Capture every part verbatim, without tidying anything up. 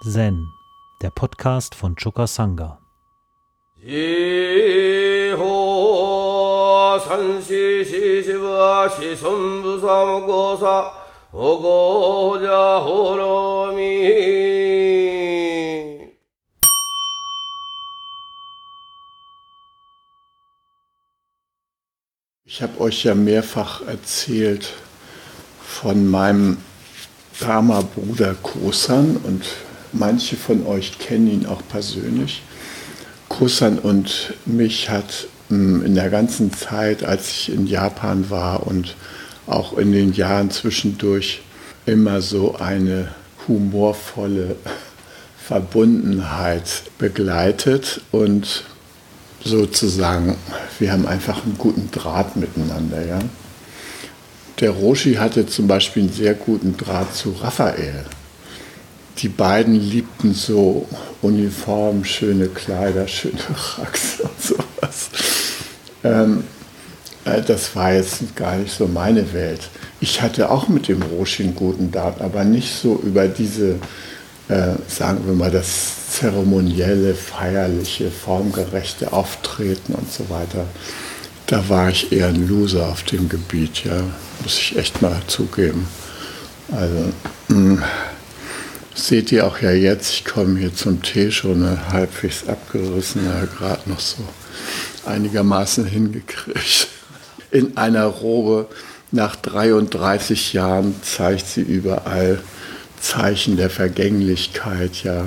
Zen, der Podcast von Choka Sangha. Ich habe euch ja mehrfach erzählt von meinem Dharma-Bruder Kosan und manche von euch kennen ihn auch persönlich. Kosan und mich hat in der ganzen Zeit, als ich in Japan war und auch in den Jahren zwischendurch, immer so eine humorvolle Verbundenheit begleitet und sozusagen, wir haben einfach einen guten Draht miteinander. Ja? Der Roshi hatte zum Beispiel einen sehr guten Draht zu Raphael. Die beiden liebten so Uniformen, schöne Kleider, schöne Racks und sowas. Ähm, äh, das war jetzt gar nicht so meine Welt. Ich hatte auch mit dem Roshi einen guten Draht, aber nicht so über diese, äh, sagen wir mal, das zeremonielle, feierliche, formgerechte Auftreten und so weiter. Da war ich eher ein Loser auf dem Gebiet, ja, muss ich echt mal zugeben. Also, mh, seht ihr auch ja jetzt, ich komme hier zum Tee schon halbwegs abgerissen, ja, gerade noch so einigermaßen hingekriegt. In einer Robe, nach dreiunddreißig Jahren zeigt sie überall Zeichen der Vergänglichkeit, ja.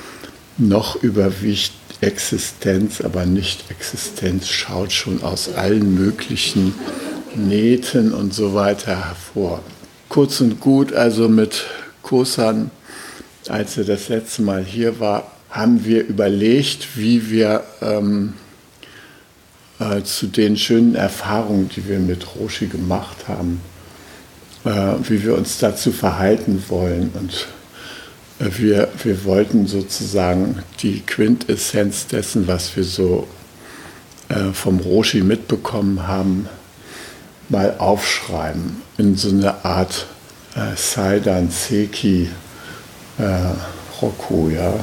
Noch überwiegt Existenz, aber nicht Existenz, schaut schon aus allen möglichen Nähten und so weiter hervor. Kurz und gut, also mit Kosan, als er das letzte Mal hier war, haben wir überlegt, wie wir ähm, äh, zu den schönen Erfahrungen, die wir mit Roshi gemacht haben, äh, wie wir uns dazu verhalten wollen. Und Wir, wir wollten sozusagen die Quintessenz dessen, was wir so äh, vom Roshi mitbekommen haben, mal aufschreiben in so eine Art äh, Saidan Seki äh, Roku, ja.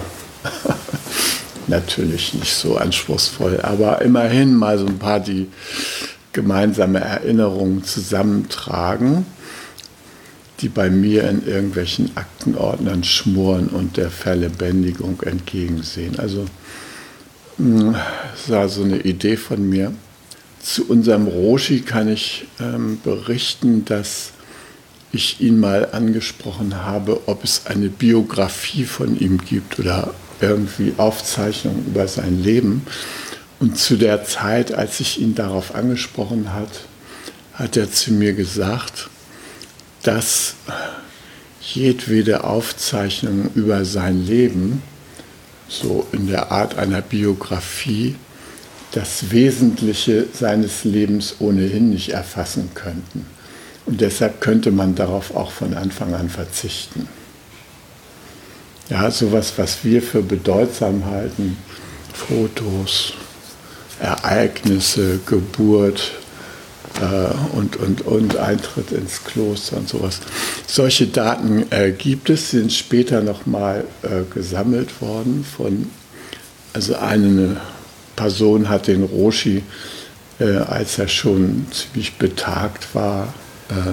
Natürlich nicht so anspruchsvoll, aber immerhin mal so ein paar die gemeinsame Erinnerungen zusammentragen, die bei mir in irgendwelchen Aktenordnern schmoren und der Verlebendigung entgegensehen. Also das war so eine Idee von mir. Zu unserem Roshi kann ich ähm, berichten, dass ich ihn mal angesprochen habe, ob es eine Biografie von ihm gibt oder irgendwie Aufzeichnungen über sein Leben. Und zu der Zeit, als ich ihn darauf angesprochen hat, hat er zu mir gesagt, dass jedwede Aufzeichnung über sein Leben, so in der Art einer Biografie, das Wesentliche seines Lebens ohnehin nicht erfassen könnten. Und deshalb könnte man darauf auch von Anfang an verzichten. Ja, sowas, was wir für bedeutsam halten, Fotos, Ereignisse, Geburt, Und, und, und Eintritt ins Kloster und sowas. Solche Daten äh, gibt es, sind später nochmal äh, gesammelt worden von, also eine Person hat den Roshi, äh, als er schon ziemlich betagt war, äh,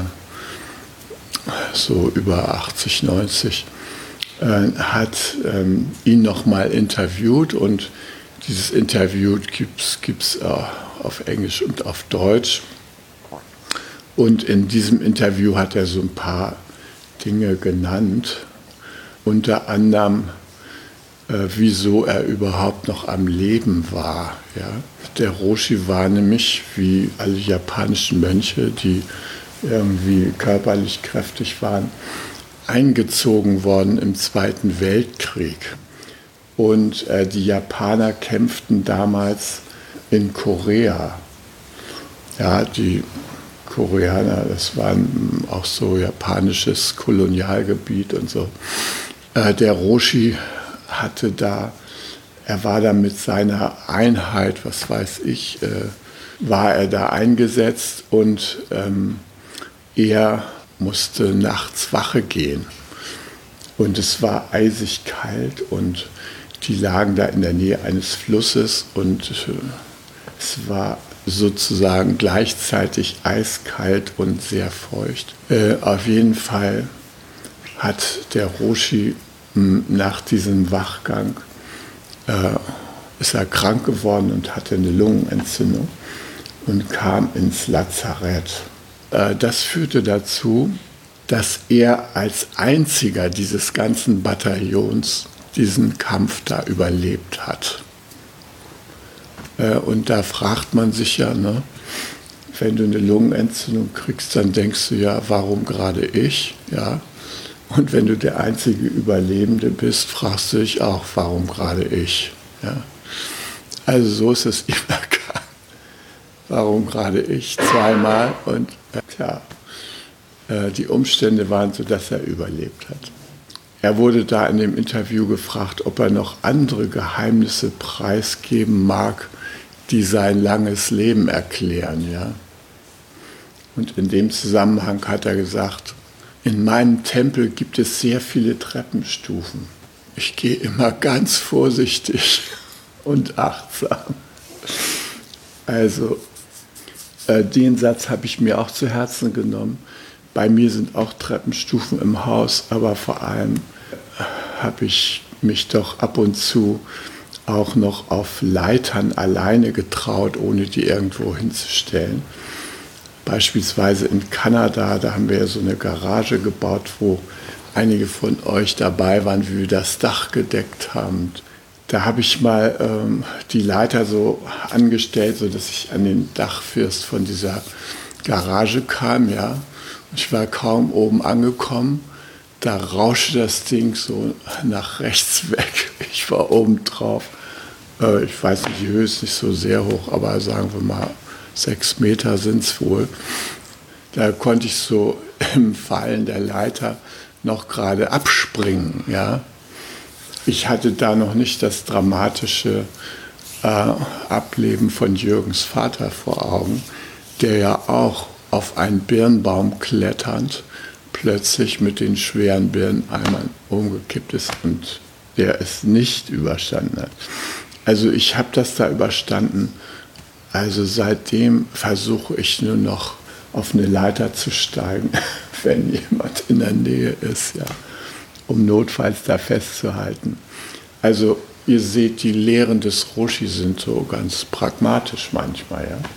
so über achtzig, neunzig, äh, hat ähm, ihn nochmal interviewt und dieses Interview gibt es äh, auf Englisch und auf Deutsch. Und in diesem Interview hat er so ein paar Dinge genannt, unter anderem, äh, wieso er überhaupt noch am Leben war. Ja? Der Roshi war nämlich, wie alle japanischen Mönche, die irgendwie körperlich kräftig waren, eingezogen worden im Zweiten Weltkrieg. Und äh, die Japaner kämpften damals in Korea. Ja, die Koreaner, das war auch so japanisches Kolonialgebiet und so. Äh, der Roshi hatte da, er war da mit seiner Einheit, was weiß ich, äh, war er da eingesetzt und ähm, er musste nachts Wache gehen. Und es war eisig kalt und die lagen da in der Nähe eines Flusses und es war sozusagen gleichzeitig eiskalt und sehr feucht. Äh, auf jeden Fall hat der Roshi mh, nach diesem Wachgang äh, ist er krank geworden und hatte eine Lungenentzündung und kam ins Lazarett. Äh, das führte dazu, dass er als einziger dieses ganzen Bataillons diesen Kampf da überlebt hat. Äh, und da fragt man sich ja, ne, wenn du eine Lungenentzündung kriegst, dann denkst du ja, warum gerade ich? Ja? Und wenn du der einzige Überlebende bist, fragst du dich auch, warum gerade ich? Ja? Also so ist es immer gegangen. Warum gerade ich? Zweimal und äh, tja, äh, die Umstände waren so, dass er überlebt hat. Er wurde da in dem Interview gefragt, ob er noch andere Geheimnisse preisgeben mag, die sein langes Leben erklären. Ja? Und in dem Zusammenhang hat er gesagt, in meinem Tempel gibt es sehr viele Treppenstufen. Ich gehe immer ganz vorsichtig und achtsam. Also äh, den Satz habe ich mir auch zu Herzen genommen. Bei mir sind auch Treppenstufen im Haus, aber vor allem habe ich mich doch ab und zu auch noch auf Leitern alleine getraut, ohne die irgendwo hinzustellen. Beispielsweise in Kanada, da haben wir ja so eine Garage gebaut, wo einige von euch dabei waren, wie wir das Dach gedeckt haben. Da habe ich mal ähm, die Leiter so angestellt, sodass ich an den Dachfirst von dieser Garage kam. Ja. Ich war kaum oben angekommen. Da rauschte das Ding so nach rechts weg. Ich war oben drauf. Äh, ich weiß nicht, die Höhe ist nicht so sehr hoch, aber sagen wir mal, sechs Meter sind es wohl. Da konnte ich so im Fallen der Leiter noch gerade abspringen. Ja. Ich hatte da noch nicht das dramatische äh, Ableben von Jürgens Vater vor Augen, der ja auch auf einen Birnbaum kletternd plötzlich mit den schweren Birneneimern umgekippt ist und der es nicht überstanden hat. Also ich habe das da überstanden. Also seitdem versuche ich nur noch auf eine Leiter zu steigen, wenn jemand in der Nähe ist, ja, um notfalls da festzuhalten. Also ihr seht, die Lehren des Roshi sind so ganz pragmatisch manchmal. Ja.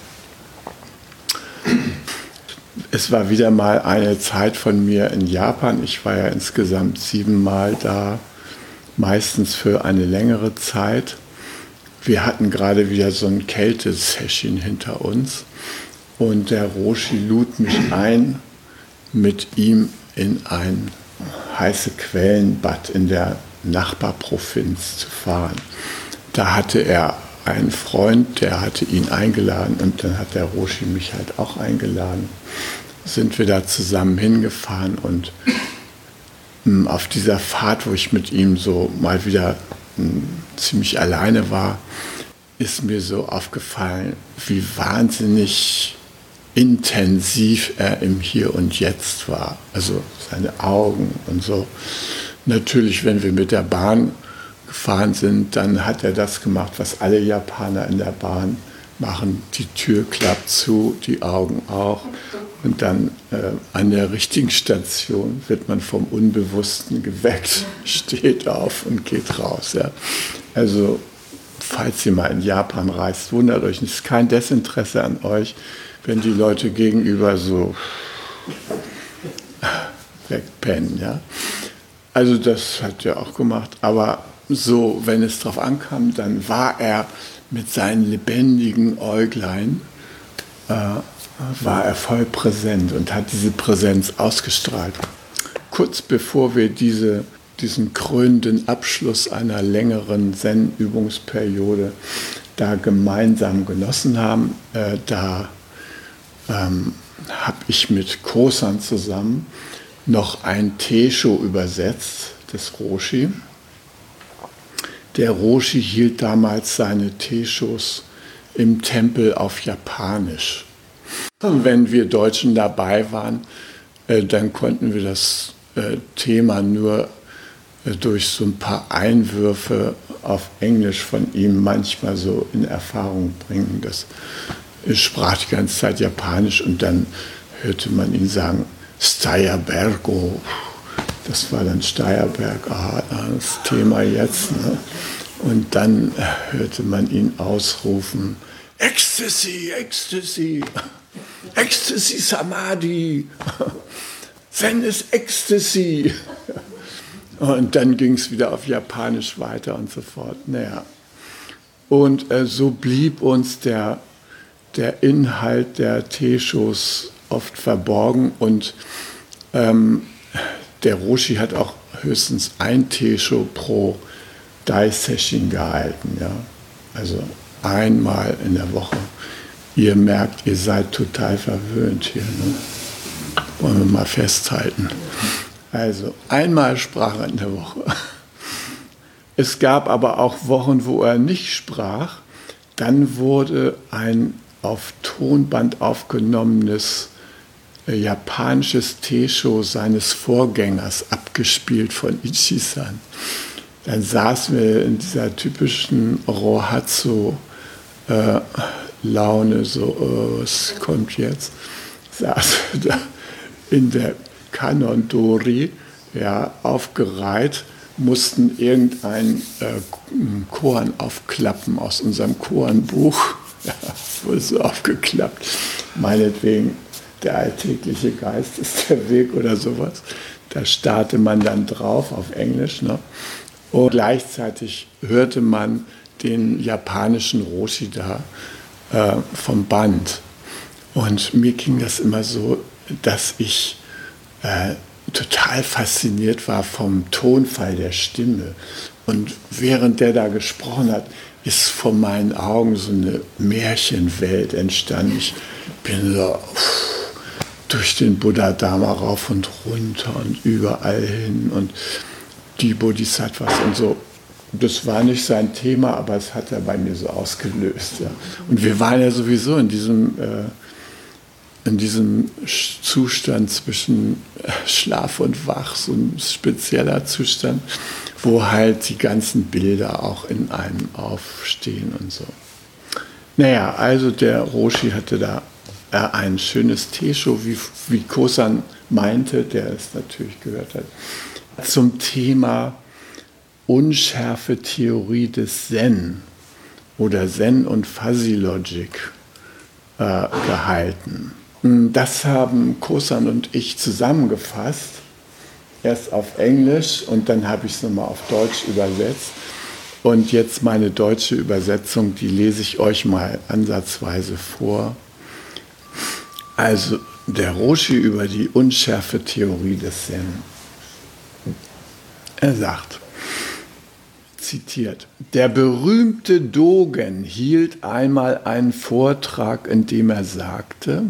Es war wieder mal eine Zeit von mir in Japan. Ich war ja insgesamt siebenmal da, meistens für eine längere Zeit. Wir hatten gerade wieder so ein Kältesession hinter uns und der Roshi lud mich ein, mit ihm in ein heiße Quellenbad in der Nachbarprovinz zu fahren. Da hatte er einen Freund, der hatte ihn eingeladen und dann hat der Roshi mich halt auch eingeladen. Sind wir da zusammen hingefahren und mh, auf dieser Fahrt, wo ich mit ihm so mal wieder mh, ziemlich alleine war, ist mir so aufgefallen, wie wahnsinnig intensiv er im Hier und Jetzt war. Also seine Augen und so. Natürlich, wenn wir mit der Bahn gefahren sind, dann hat er das gemacht, was alle Japaner in der Bahn machen. Die Tür klappt zu, die Augen auch. Und dann äh, an der richtigen Station wird man vom Unbewussten geweckt, steht auf und geht raus. Ja. Also, falls ihr mal in Japan reist, wundert euch nicht, es ist kein Desinteresse an euch, wenn die Leute gegenüber so wegpennen. Ja. Also das hat er auch gemacht, aber so, wenn es drauf ankam, dann war er mit seinen lebendigen Äuglein, äh, war er voll präsent und hat diese Präsenz ausgestrahlt. Kurz bevor wir diese, diesen krönenden Abschluss einer längeren Zen-Übungsperiode da gemeinsam genossen haben, äh, da ähm, habe ich mit Kosan zusammen noch ein Teisho übersetzt, des Roshi. Der Roshi hielt damals seine Teishos im Tempel auf Japanisch. Und wenn wir Deutschen dabei waren, äh, dann konnten wir das äh, Thema nur durch so ein paar Einwürfe auf Englisch von ihm manchmal so in Erfahrung bringen. Das ich sprach die ganze Zeit Japanisch und dann hörte man ihn sagen, Steierbergo. Das war dann Steierberg, aha, das Thema jetzt. Ne? Und dann hörte man ihn ausrufen, Ecstasy, Ecstasy, Ecstasy Samadhi, Zen ist Ecstasy. Und dann ging es wieder auf Japanisch weiter und so fort. Naja. Und äh, so blieb uns der, der Inhalt der Teeshos oft verborgen. Und ähm, der Roshi hat auch höchstens ein Teesho pro Dai-Session gehalten. Ja? Also einmal in der Woche. Ihr merkt, ihr seid total verwöhnt hier. Ne? Wollen wir mal festhalten. Also einmal sprach er in der Woche. Es gab aber auch Wochen, wo er nicht sprach. Dann wurde ein auf Tonband aufgenommenes äh, japanisches Teesho seines Vorgängers abgespielt von Ichi-san. Dann saßen wir in dieser typischen Rohatsu-Laune, äh, so, äh, was kommt jetzt? Saßen wir da in der Kanondori, ja, aufgereiht, mussten irgendein äh, Koan aufklappen aus unserem Koanbuch. Ja, wurde so aufgeklappt. Meinetwegen, der alltägliche Geist ist der Weg oder sowas. Da starrte man dann drauf auf Englisch. Ne? Und gleichzeitig hörte man den japanischen Roshi da äh, vom Band. Und mir ging das immer so, dass ich äh, total fasziniert war vom Tonfall der Stimme. Und während der da gesprochen hat, ist vor meinen Augen so eine Märchenwelt entstanden. Ich bin so pff, durch den Buddha-Dharma rauf und runter und überall hin und die Bodhisattvas und so. Das war nicht sein Thema, aber es hat er bei mir so ausgelöst. Ja. Und wir waren ja sowieso in diesem... Äh, in diesem Zustand zwischen Schlaf und Wach, so ein spezieller Zustand, wo halt die ganzen Bilder auch in einem aufstehen und so. Naja, also der Roshi hatte da ein schönes Teesho, wie, wie Kosan meinte, der es natürlich gehört hat, zum Thema unschärfe Theorie des Zen oder Zen und Fuzzy Logic äh, gehalten. Das haben Kosan und ich zusammengefasst, erst auf Englisch und dann habe ich es nochmal auf Deutsch übersetzt. Und jetzt meine deutsche Übersetzung, die lese ich euch mal ansatzweise vor. Also der Roshi über die unschärfe Theorie des Zen. Er sagt, zitiert, der berühmte Dogen hielt einmal einen Vortrag, in dem er sagte,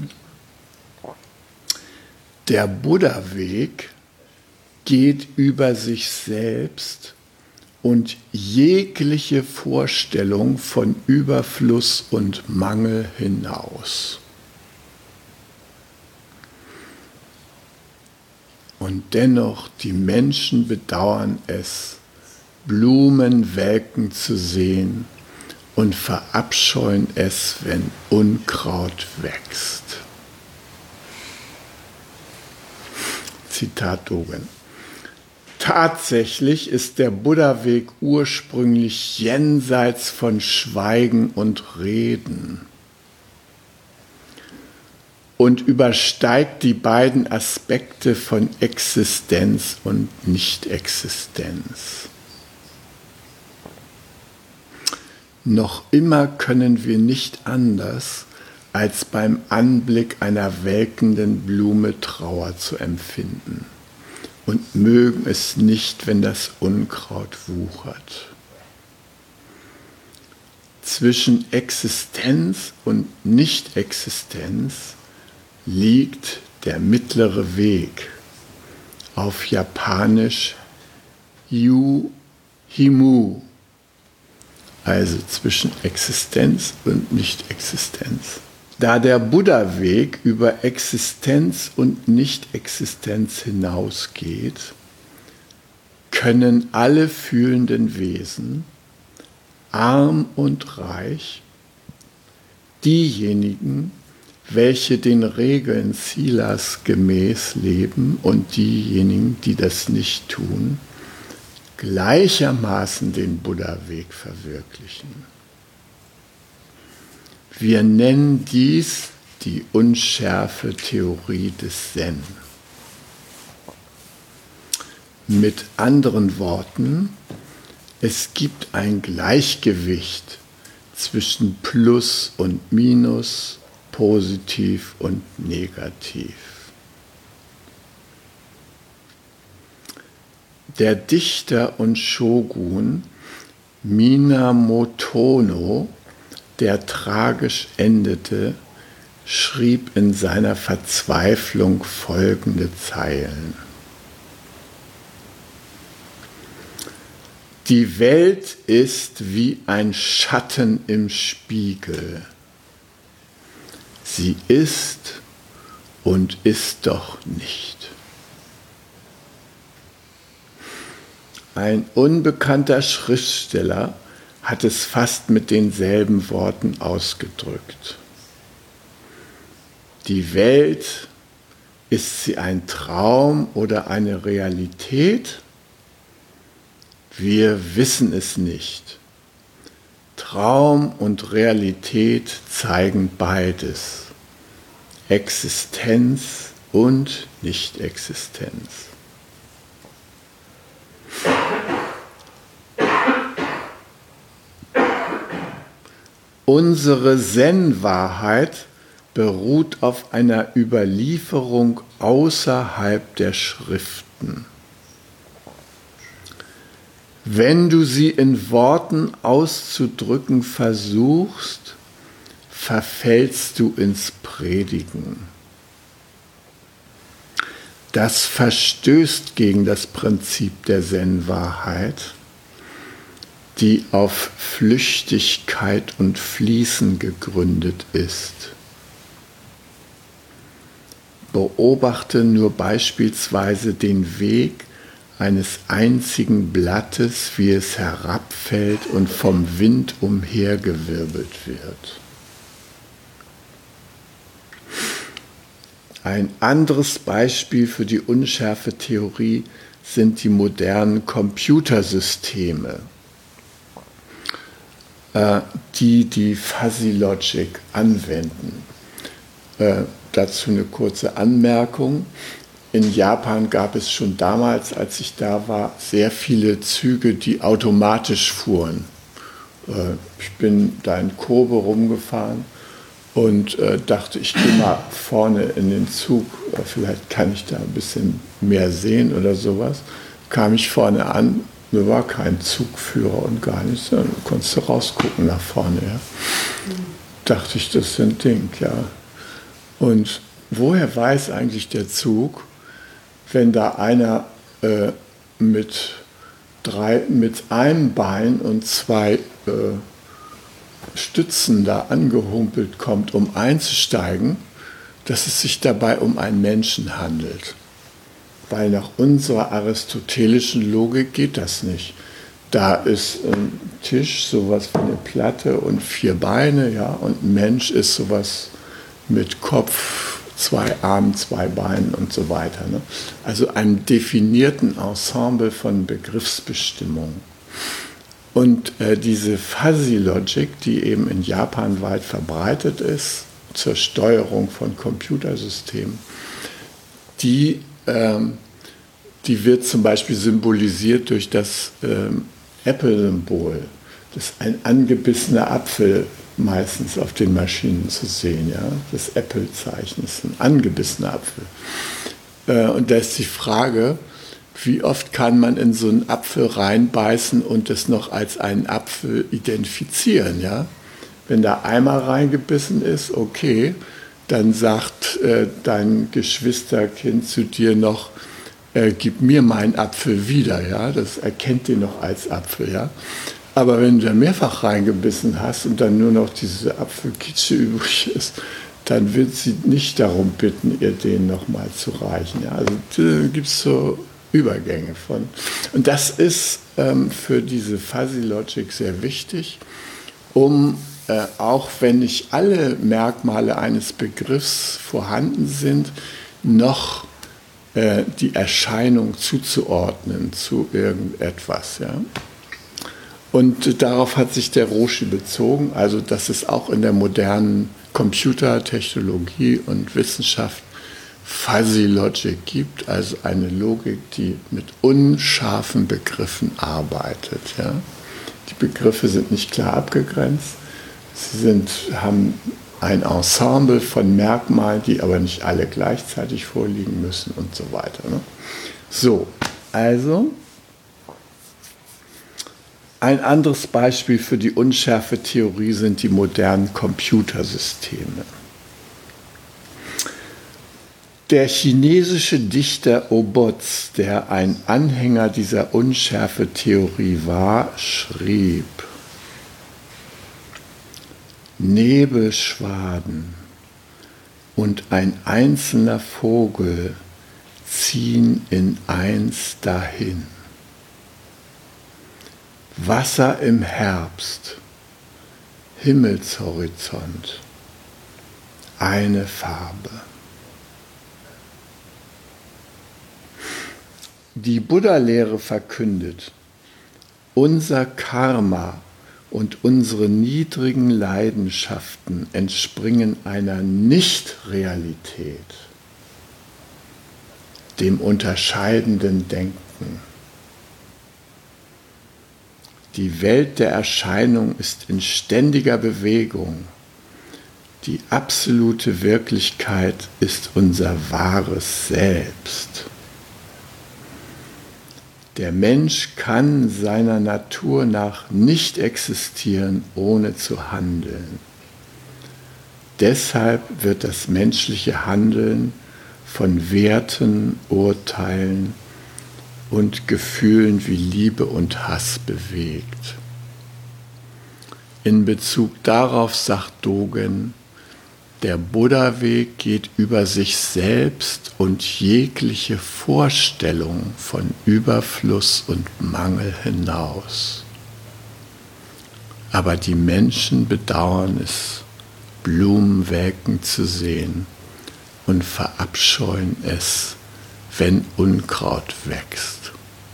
der Buddha-Weg geht über sich selbst und jegliche Vorstellung von Überfluss und Mangel hinaus. Und dennoch, die Menschen bedauern es, Blumen welken zu sehen und verabscheuen es, wenn Unkraut wächst. Zitat Dogen. Tatsächlich ist der Buddha-Weg ursprünglich jenseits von Schweigen und Reden und übersteigt die beiden Aspekte von Existenz und Nicht-Existenz. Noch immer können wir nicht anders, als beim Anblick einer welkenden Blume Trauer zu empfinden und mögen es nicht, wenn das Unkraut wuchert. Zwischen Existenz und Nicht-Existenz liegt der mittlere Weg, auf Japanisch Yu Himu, also zwischen Existenz und Nicht-Existenz. Da der Buddha-Weg über Existenz und Nicht-Existenz hinausgeht, können alle fühlenden Wesen, arm und reich, diejenigen, welche den Regeln Silas gemäß leben und diejenigen, die das nicht tun, gleichermaßen den Buddha-Weg verwirklichen. Wir nennen dies die unschärfe Theorie des Zen. Mit anderen Worten, es gibt ein Gleichgewicht zwischen Plus und Minus, positiv und negativ. Der Dichter und Shogun Minamoto, der tragisch endete, schrieb in seiner Verzweiflung folgende Zeilen. Die Welt ist wie ein Schatten im Spiegel. Sie ist und ist doch nicht. Ein unbekannter Schriftsteller hat es fast mit denselben Worten ausgedrückt. Die Welt, ist sie ein Traum oder eine Realität? Wir wissen es nicht. Traum und Realität zeigen beides. Existenz und Nicht-Existenz. Unsere Zen-Wahrheit beruht auf einer Überlieferung außerhalb der Schriften. Wenn du sie in Worten auszudrücken versuchst, verfällst du ins Predigen. Das verstößt gegen das Prinzip der Zen-Wahrheit, die auf Flüchtigkeit und Fließen gegründet ist. Beobachte nur beispielsweise den Weg eines einzigen Blattes, wie es herabfällt und vom Wind umhergewirbelt wird. Ein anderes Beispiel für die unschärfe Theorie sind die modernen Computersysteme, äh, die die Fuzzy Logic anwenden. Äh, dazu eine kurze Anmerkung. In Japan gab es schon damals, als ich da war, sehr viele Züge, die automatisch fuhren. Ich bin da in Kobe rumgefahren und dachte, ich gehe mal vorne in den Zug, vielleicht kann ich da ein bisschen mehr sehen oder sowas. Kam ich vorne an, mir war kein Zugführer und gar nichts, dann konntest du rausgucken nach vorne. Ja. Dachte ich, das ist ein Ding, ja. Und woher weiß eigentlich der Zug, wenn da einer äh, mit, drei, mit einem Bein und zwei äh, Stützen da angehumpelt kommt, um einzusteigen, dass es sich dabei um einen Menschen handelt? Weil nach unserer aristotelischen Logik geht das nicht. Da ist ein Tisch, sowas wie eine Platte und vier Beine, ja, und ein Mensch ist sowas mit Kopf, zwei Armen, zwei Beinen und so weiter. Ne? Also einem definierten Ensemble von Begriffsbestimmungen. Und äh, diese Fuzzy Logic, die eben in Japan weit verbreitet ist, zur Steuerung von Computersystemen, die, ähm, die wird zum Beispiel symbolisiert durch das ähm, Apple-Symbol. Das ist ein angebissener Apfel, meistens auf den Maschinen zu sehen. Ja? Das Apple-Zeichen ist ein angebissener Apfel. Äh, und da ist die Frage, wie oft kann man in so einen Apfel reinbeißen und das noch als einen Apfel identifizieren? Ja? Wenn da einmal reingebissen ist, okay, dann sagt äh, dein Geschwisterkind zu dir noch, äh, gib mir meinen Apfel wieder. Ja? Das erkennt den noch als Apfel. Ja? Aber wenn du da mehrfach reingebissen hast und dann nur noch diese Apfelkitsche übrig ist, dann wird sie nicht darum bitten, ihr den nochmal zu reichen. Ja, also da gibt es so Übergänge von. Und das ist ähm, für diese Fuzzy Logic sehr wichtig, um äh, auch wenn nicht alle Merkmale eines Begriffs vorhanden sind, noch äh, die Erscheinung zuzuordnen zu irgendetwas. Ja? Und darauf hat sich der Roshi bezogen, also dass es auch in der modernen Computertechnologie und Wissenschaft Fuzzy Logic gibt, also eine Logik, die mit unscharfen Begriffen arbeitet. Ja? Die Begriffe sind nicht klar abgegrenzt, sie sind, haben ein Ensemble von Merkmalen, die aber nicht alle gleichzeitig vorliegen müssen und so weiter. Ne? So, also ein anderes Beispiel für die unschärfe Theorie sind die modernen Computersysteme. Der chinesische Dichter Oboz, der ein Anhänger dieser Unschärfe-Theorie war, schrieb: Nebelschwaden und ein einzelner Vogel ziehen in eins dahin. Wasser im Herbst, Himmelshorizont, eine Farbe. Die Buddha-Lehre verkündet, unser Karma und unsere niedrigen Leidenschaften entspringen einer Nicht-Realität, dem unterscheidenden Denken. Die Welt der Erscheinung ist in ständiger Bewegung. Die absolute Wirklichkeit ist unser wahres Selbst. Der Mensch kann seiner Natur nach nicht existieren, ohne zu handeln. Deshalb wird das menschliche Handeln von Werten, Urteilen und Gefühlen wie Liebe und Hass bewegt. In Bezug darauf sagt Dogen, der Buddha-Weg geht über sich selbst und jegliche Vorstellung von Überfluss und Mangel hinaus. Aber die Menschen bedauern es, Blumen welken zu sehen und verabscheuen es, wenn Unkraut wächst.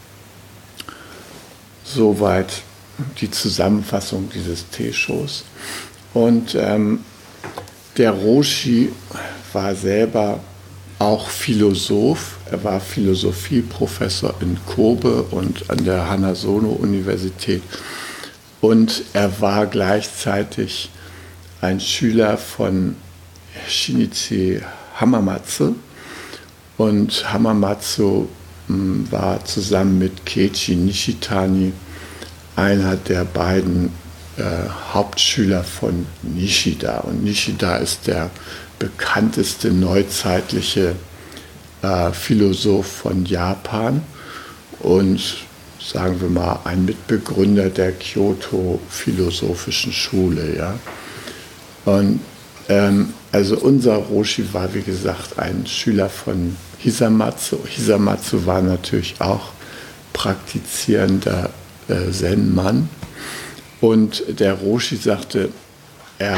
Soweit die Zusammenfassung dieses Teeshows. Und ähm, der Roshi war selber auch Philosoph. Er war Philosophieprofessor in Kobe und an der Hanazono-Universität. Und er war gleichzeitig ein Schüler von Shinichi Hamamatsu. Und Hamamatsu mh, war zusammen mit Keiichi Nishitani einer der beiden äh, Hauptschüler von Nishida. Und Nishida ist der bekannteste neuzeitliche äh, Philosoph von Japan und, sagen wir mal, ein Mitbegründer der Kyoto Philosophischen Schule. Ja? Und ähm, also unser Roshi war, wie gesagt, ein Schüler von Hisamatsu. Hisamatsu war natürlich auch praktizierender äh, Zen-Mann. Und der Roshi sagte, er,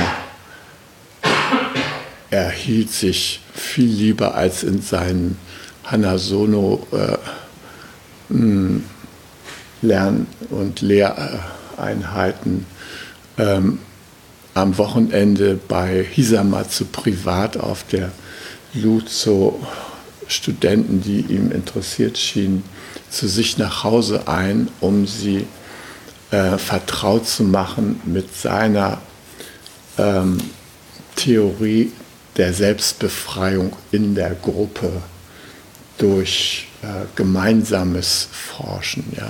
er hielt sich viel lieber als in seinen Hanazono äh, Lern- und Lehreinheiten ähm, am Wochenende bei Hisamatsu privat auf, der lud so Studenten, die ihm interessiert schienen, zu sich nach Hause ein, um sie äh, vertraut zu machen mit seiner ähm, Theorie der Selbstbefreiung in der Gruppe durch äh, gemeinsames Forschen. Ja?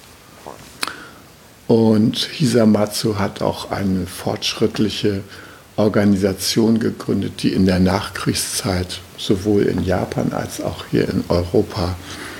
Und Hisamatsu hat auch eine fortschrittliche Organisation gegründet, die in der Nachkriegszeit sowohl in Japan als auch hier in Europa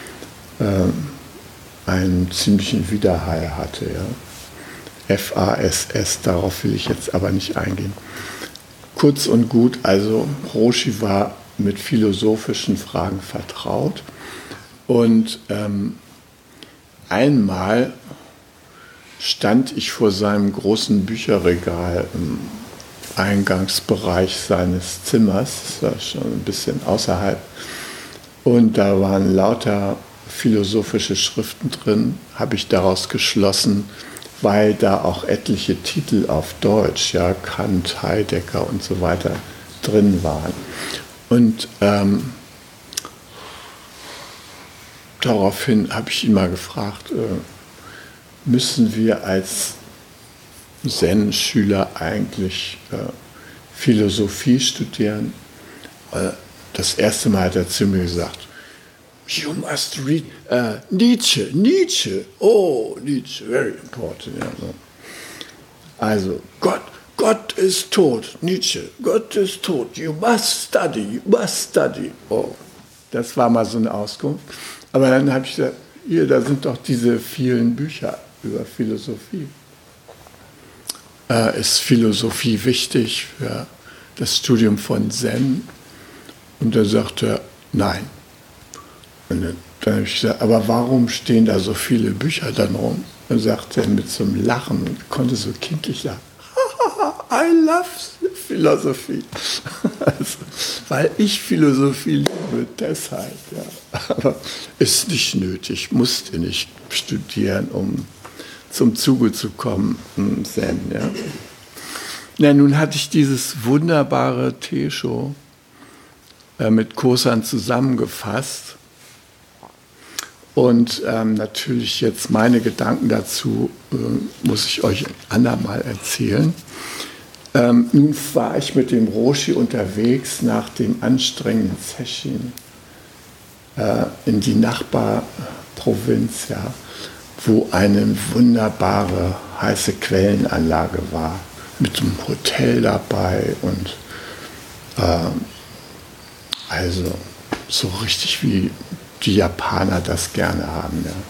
äh, einen ziemlichen Widerhall hatte. Ja. F A S S, darauf will ich jetzt aber nicht eingehen. Kurz und gut, also Roshi war mit philosophischen Fragen vertraut Und ähm, einmal stand ich vor seinem großen Bücherregal im Eingangsbereich seines Zimmers, das war schon ein bisschen außerhalb, und da waren lauter philosophische Schriften drin, habe ich daraus geschlossen, weil da auch etliche Titel auf Deutsch, ja, Kant, Heidegger und so weiter drin waren. Und ähm, daraufhin habe ich ihn mal gefragt, äh, müssen wir als Zen-Schüler eigentlich äh, Philosophie studieren? Äh, das erste Mal hat er zu mir gesagt, you must read uh, Nietzsche, Nietzsche, oh, Nietzsche, very important. Ja, so. Also, Gott, Gott ist tot, Nietzsche, Gott ist tot, you must study, you must study. Oh, das war mal so eine Auskunft. Aber dann habe ich gesagt, hier, da sind doch diese vielen Bücher über Philosophie. Äh, ist Philosophie wichtig für das Studium von Zen? Und da sagte er, nein. Und dann, dann habe ich gesagt, aber warum stehen da so viele Bücher dann rum? Und sagte er mit so einem Lachen und konnte so kindlich sagen, I love Philosophie. Also, weil ich Philosophie liebe, deshalb. Ja. Aber ist nicht nötig, musst du nicht studieren, um zum Zuge zu kommen im Zen. Ja. Na, nun hatte ich dieses wunderbare Teeshow äh, mit Kosan zusammengefasst. Und ähm, natürlich jetzt meine Gedanken dazu äh, muss ich euch ein andermal erzählen. Ähm, nun war ich mit dem Roshi unterwegs nach dem anstrengenden Session äh, in die Nachbarprovinz, ja, wo eine wunderbare heiße Quellenanlage war, mit einem Hotel dabei und äh, also so richtig wie die Japaner das gerne haben. Ja.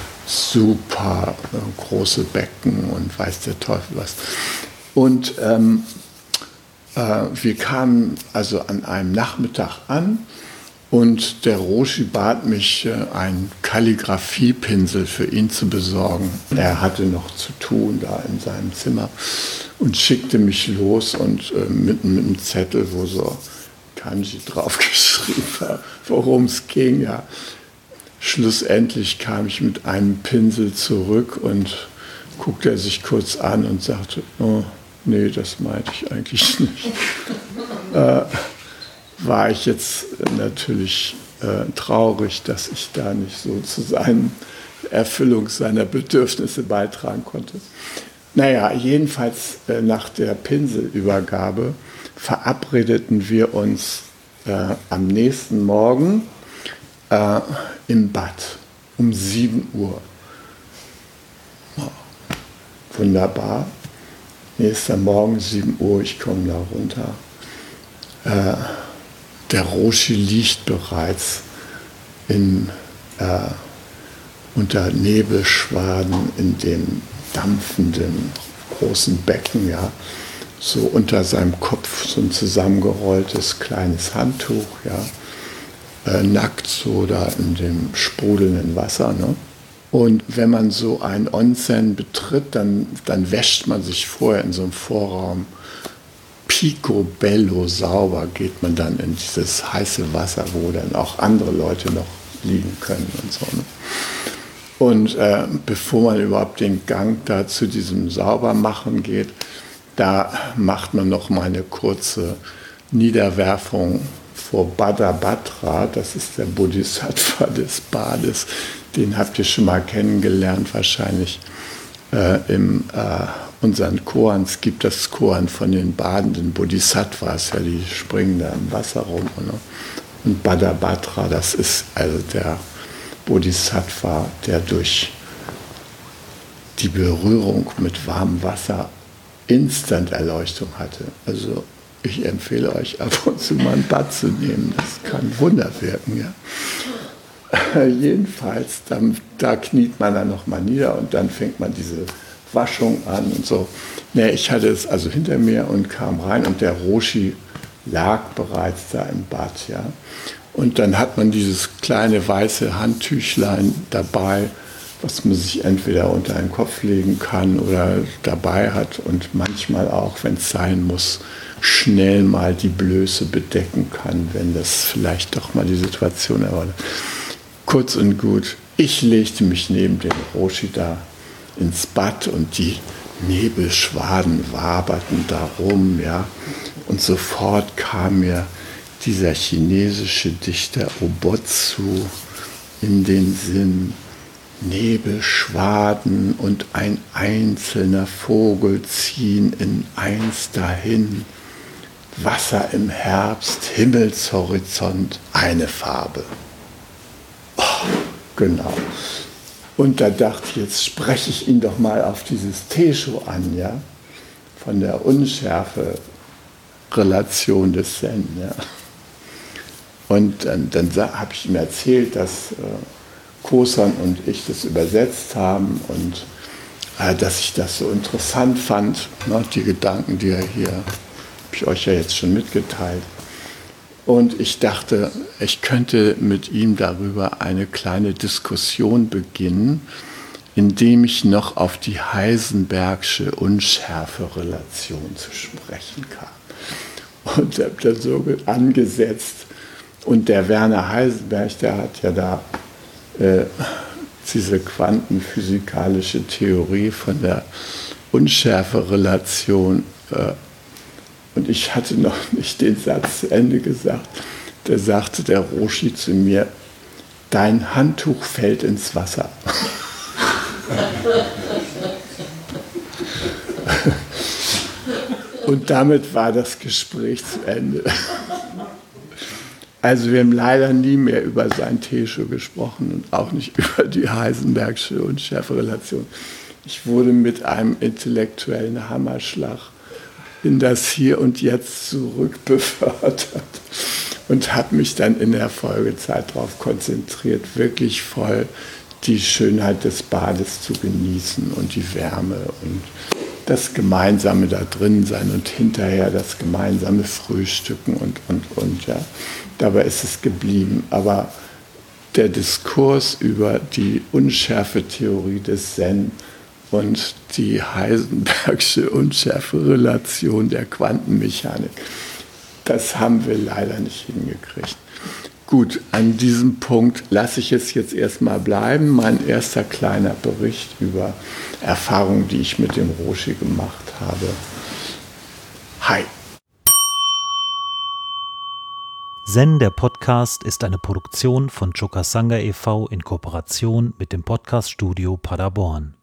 Super äh, große Becken und weiß der Teufel was. Und ähm, äh, wir kamen also an einem Nachmittag an und der Roshi bat mich, äh, einen Kalligraphiepinsel für ihn zu besorgen. Er hatte noch zu tun da in seinem Zimmer und schickte mich los und äh, mit, mit einem Zettel, wo so Kanji draufgeschrieben war, worum es ging. Ja. Schlussendlich kam ich mit einem Pinsel zurück und guckte er sich kurz an und sagte, oh, nee, das meinte ich eigentlich nicht. äh, war ich jetzt natürlich äh, traurig, dass ich da nicht so zu seiner Erfüllung seiner Bedürfnisse beitragen konnte. Naja, jedenfalls äh, nach der Pinselübergabe verabredeten wir uns äh, am nächsten Morgen äh, im Bad um sieben Uhr. Oh, wunderbar. Nächster Morgen, sieben Uhr, ich komme da runter. Äh, der Roshi liegt bereits in, äh, unter Nebelschwaden in dem dampfenden großen Becken, ja. So unter seinem Kopf so ein zusammengerolltes kleines Handtuch, ja, äh, nackt so da in dem sprudelnden Wasser. Ne? Und wenn man so ein Onsen betritt, dann, dann wäscht man sich vorher in so einem Vorraum picobello sauber, geht man dann in dieses heiße Wasser, wo dann auch andere Leute noch liegen können und so. Ne? Und äh, bevor man überhaupt den Gang da zu diesem Saubermachen geht, da macht man noch mal eine kurze Niederwerfung vor Bhadabhadra, das ist der Bodhisattva des Bades, den habt ihr schon mal kennengelernt wahrscheinlich. Äh, im äh, unseren Koans gibt das Koan von den badenden Bodhisattvas, ja, die springen da im Wasser rum. Ne? Und Bhadabhadra, das ist also der Bodhisattva, der durch die Berührung mit warmem Wasser Instant-Erleuchtung hatte. Also ich empfehle euch ab und zu mal ein Bad zu nehmen. Das kann Wunder wirken. Ja. Jedenfalls, dann, da kniet man dann nochmal nieder und dann fängt man diese Waschung an und so. Nee, ich hatte es also hinter mir und kam rein und der Roshi lag bereits da im Bad. Ja. Und dann hat man dieses kleine weiße Handtüchlein dabei, was man sich entweder unter den Kopf legen kann oder dabei hat und manchmal auch, wenn es sein muss, schnell mal die Blöße bedecken kann, wenn das vielleicht doch mal die Situation erfordert. Kurz und gut, ich legte mich neben den Roshi da ins Bad und die Nebelschwaden waberten darum, ja, und sofort kam mir dieser chinesische Dichter Obotsu in den Sinn. Nebelschwaden und ein einzelner Vogel ziehen in eins dahin. Wasser im Herbst, Himmelshorizont, eine Farbe. Oh, genau. Und da dachte ich, jetzt spreche ich ihn doch mal auf dieses Teisho an, ja, von der Unschärfe-Relation des Zen, ja. Und dann, dann habe ich ihm erzählt, dass äh, Kosan und ich das übersetzt haben und äh, dass ich das so interessant fand, ne, die Gedanken, die er hier, habe ich euch ja jetzt schon mitgeteilt. Und ich dachte, ich könnte mit ihm darüber eine kleine Diskussion beginnen, indem ich noch auf die Heisenbergsche Unschärfe-Relation zu sprechen kam. Und habe dann so angesetzt. Und der Werner Heisenberg, der hat ja da äh, diese quantenphysikalische Theorie von der Unschärferelation. Äh, und ich hatte noch nicht den Satz zu Ende gesagt. Da sagte der Roshi zu mir, dein Handtuch fällt ins Wasser. Und damit war das Gespräch zu Ende. Also wir haben leider nie mehr über sein Teisho gesprochen und auch nicht über die Heisenbergsche Unschärferelation. Ich wurde mit einem intellektuellen Hammerschlag in das Hier und Jetzt zurückbefördert und habe mich dann in der Folgezeit darauf konzentriert, wirklich voll die Schönheit des Bades zu genießen und die Wärme und das gemeinsame da drin sein und hinterher das gemeinsame Frühstücken und, und, und, ja. Dabei ist es geblieben. Aber der Diskurs über die Unschärfe-Theorie des Zen und die Heisenbergsche Unschärferelation der Quantenmechanik, das haben wir leider nicht hingekriegt. Gut, an diesem Punkt lasse ich es jetzt erstmal bleiben. Mein erster kleiner Bericht über Erfahrungen, die ich mit dem Roshi gemacht habe. Hi. Zen, der Podcast, ist eine Produktion von Chokasanga e V in Kooperation mit dem Podcaststudio Paderborn.